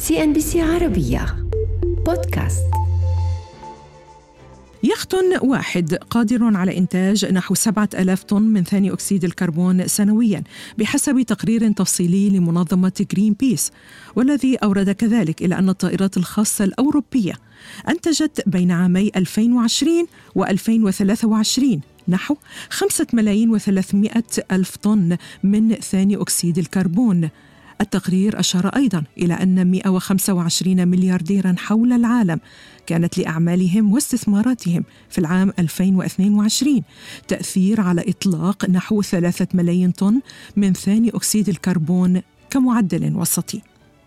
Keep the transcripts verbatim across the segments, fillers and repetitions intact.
سي إن بي سي عربية بودكاست. يخت واحد قادر على إنتاج نحو سبعة آلاف طن من ثاني أكسيد الكربون سنوياً بحسب تقرير تفصيلي لمنظمة جرين بيس، والذي أورد كذلك إلى أن الطائرات الخاصة الأوروبية أنتجت بين عامي ألفين وعشرين وألفين وثلاثة وعشرين نحو خمسة ملايين وثلاثمائة ألف طن من ثاني أكسيد الكربون. التقرير أشار أيضاً إلى أن مئة وخمسة وعشرين مليارديراً حول العالم كانت لأعمالهم واستثماراتهم في العام ألفين واثنين وعشرين تأثير على إطلاق نحو ثلاثة ملايين طن من ثاني أكسيد الكربون كمعدل وسطي.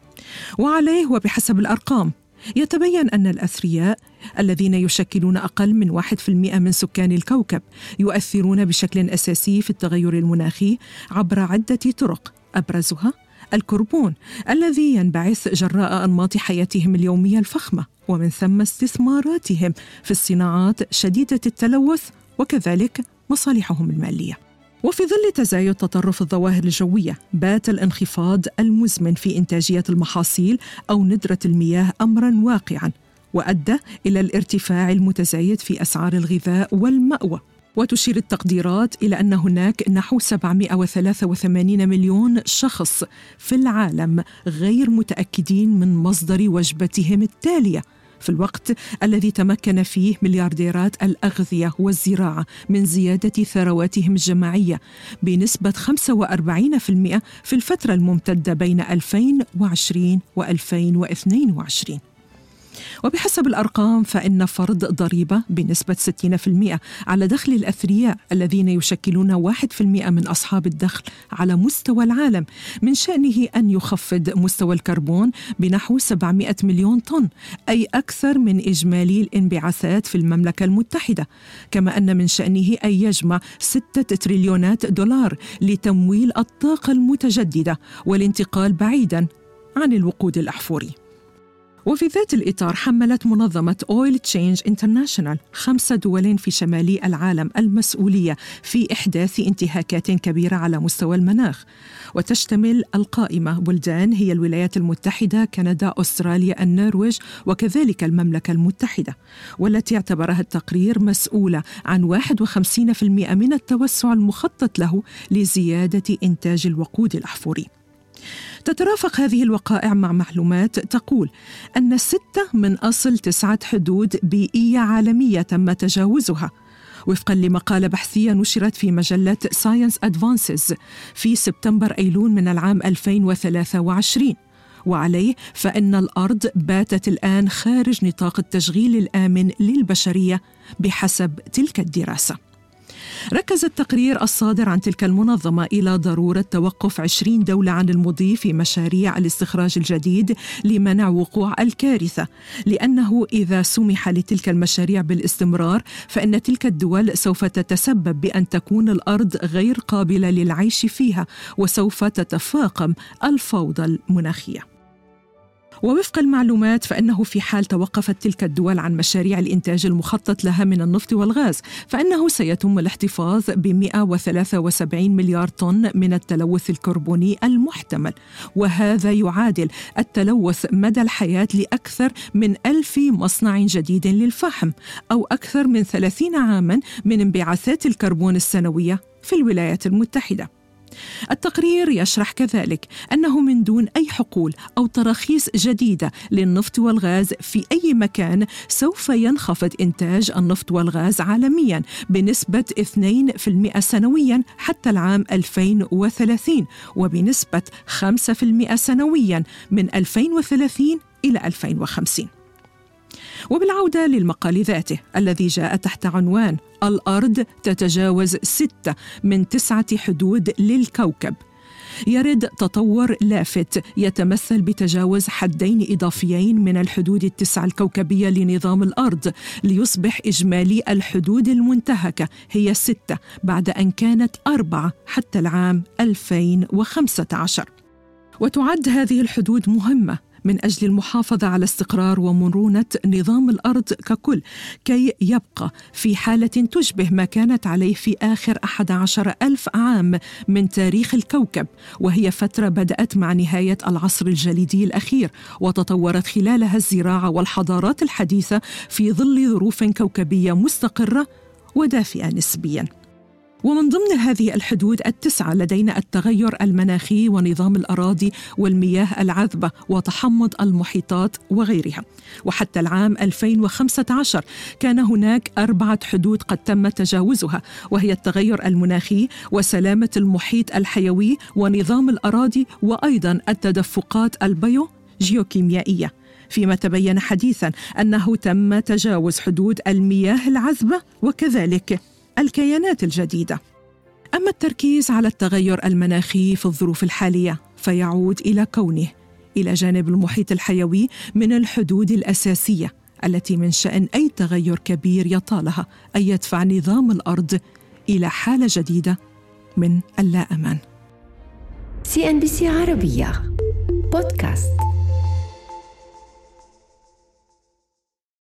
وعليه وبحسب الأرقام يتبين أن الأثرياء الذين يشكلون أقل من واحد في المئة من سكان الكوكب يؤثرون بشكل أساسي في التغير المناخي عبر عدة طرق، أبرزها الكربون الذي ينبعث جراء أنماط حياتهم اليومية الفخمة، ومن ثم استثماراتهم في الصناعات شديدة التلوث وكذلك مصالحهم المالية. وفي ظل تزايد تطرف الظواهر الجوية بات الانخفاض المزمن في إنتاجية المحاصيل أو ندرة المياه أمراً واقعاً، وأدى إلى الارتفاع المتزايد في أسعار الغذاء والمأوى. وتشير التقديرات إلى أن هناك نحو سبعمائة وثلاثة وثمانين مليون شخص في العالم غير متأكدين من مصدر وجبتهم التالية، في الوقت الذي تمكن فيه مليارديرات الأغذية والزراعة من زيادة ثرواتهم الجماعية بنسبة خمسة وأربعين بالمئة في الفترة الممتدة بين ألفين وعشرين وألفين واثنين وعشرين. وبحسب الأرقام فإن فرض ضريبة بنسبة ستين بالمئة على دخل الأثرياء الذين يشكلون واحد بالمئة من أصحاب الدخل على مستوى العالم من شأنه أن يخفض مستوى الكربون بنحو سبعمائة مليون طن، أي أكثر من إجمالي الانبعاثات في المملكة المتحدة، كما أن من شأنه أن يجمع ستة تريليونات دولار لتمويل الطاقة المتجددة والانتقال بعيداً عن الوقود الأحفوري. وفي ذات الإطار حملت منظمة Oil Change International خمس دول في شمال العالم المسؤولية في إحداث انتهاكات كبيرة على مستوى المناخ، وتشتمل القائمة بلدان هي الولايات المتحدة، كندا، أستراليا، النرويج وكذلك المملكة المتحدة، والتي اعتبرها التقرير مسؤولة عن واحد وخمسين بالمئة من التوسع المخطط له لزيادة إنتاج الوقود الأحفوري. تترافق هذه الوقائع مع معلومات تقول أن ستة من أصل تسعة حدود بيئية عالمية تم تجاوزها، وفقاً لمقالة بحثية نشرت في مجلة Science Advances في سبتمبر أيلول من العام ألفين وثلاثة وعشرين. وعليه فإن الأرض باتت الآن خارج نطاق التشغيل الآمن للبشرية بحسب تلك الدراسة. ركز التقرير الصادر عن تلك المنظمة إلى ضرورة توقف عشرين دولة عن المضي في مشاريع الاستخراج الجديد لمنع وقوع الكارثة، لأنه إذا سمح لتلك المشاريع بالاستمرار فإن تلك الدول سوف تتسبب بأن تكون الأرض غير قابلة للعيش فيها، وسوف تتفاقم الفوضى المناخية. ووفق المعلومات فإنه في حال توقفت تلك الدول عن مشاريع الإنتاج المخطط لها من النفط والغاز فإنه سيتم الاحتفاظ ب مئة وثلاثة وسبعين مليار طن من التلوث الكربوني المحتمل، وهذا يعادل التلوث مدى الحياة لأكثر من ألف مصنع جديد للفحم، أو أكثر من ثلاثين عاماً من انبعاثات الكربون السنوية في الولايات المتحدة. التقرير يشرح كذلك أنه من دون أي حقول أو تراخيص جديدة للنفط والغاز في أي مكان سوف ينخفض إنتاج النفط والغاز عالمياً بنسبة اثنين بالمئة سنوياً حتى العام ألفين وثلاثين، وبنسبة خمسة بالمئة سنوياً من ألفين وثلاثين إلى ألفين وخمسين. وبالعودة للمقال ذاته الذي جاء تحت عنوان الأرض تتجاوز ستة من تسعة حدود للكوكب، يرد تطور لافت يتمثل بتجاوز حدين إضافيين من الحدود التسعة الكوكبية لنظام الأرض ليصبح إجمالي الحدود المنتهكة هي ستة بعد أن كانت أربعة حتى العام ألفين وخمسة عشر. وتعد هذه الحدود مهمة من أجل المحافظة على استقرار ومرونة نظام الأرض ككل، كي يبقى في حالة تشبه ما كانت عليه في آخر أحد عشر ألف عام من تاريخ الكوكب، وهي فترة بدأت مع نهاية العصر الجليدي الأخير، وتطورت خلالها الزراعة والحضارات الحديثة في ظل ظروف كوكبية مستقرة ودافئة نسبياً. ومن ضمن هذه الحدود التسعة لدينا التغير المناخي ونظام الأراضي والمياه العذبة وتحمض المحيطات وغيرها. وحتى العام ألفين وخمسة عشر كان هناك أربعة حدود قد تم تجاوزها، وهي التغير المناخي وسلامة المحيط الحيوي ونظام الأراضي، وأيضاً التدفقات البيو جيوكيميائية، فيما تبين حديثاً أنه تم تجاوز حدود المياه العذبة وكذلك الكيانات الجديدة. أما التركيز على التغير المناخي في الظروف الحالية فيعود إلى كونه إلى جانب المحيط الحيوي من الحدود الأساسية التي من شأن أي تغير كبير يطالها أن يدفع نظام الأرض إلى حالة جديدة من اللا أمان. سي إن بي سي عربية بودكاست.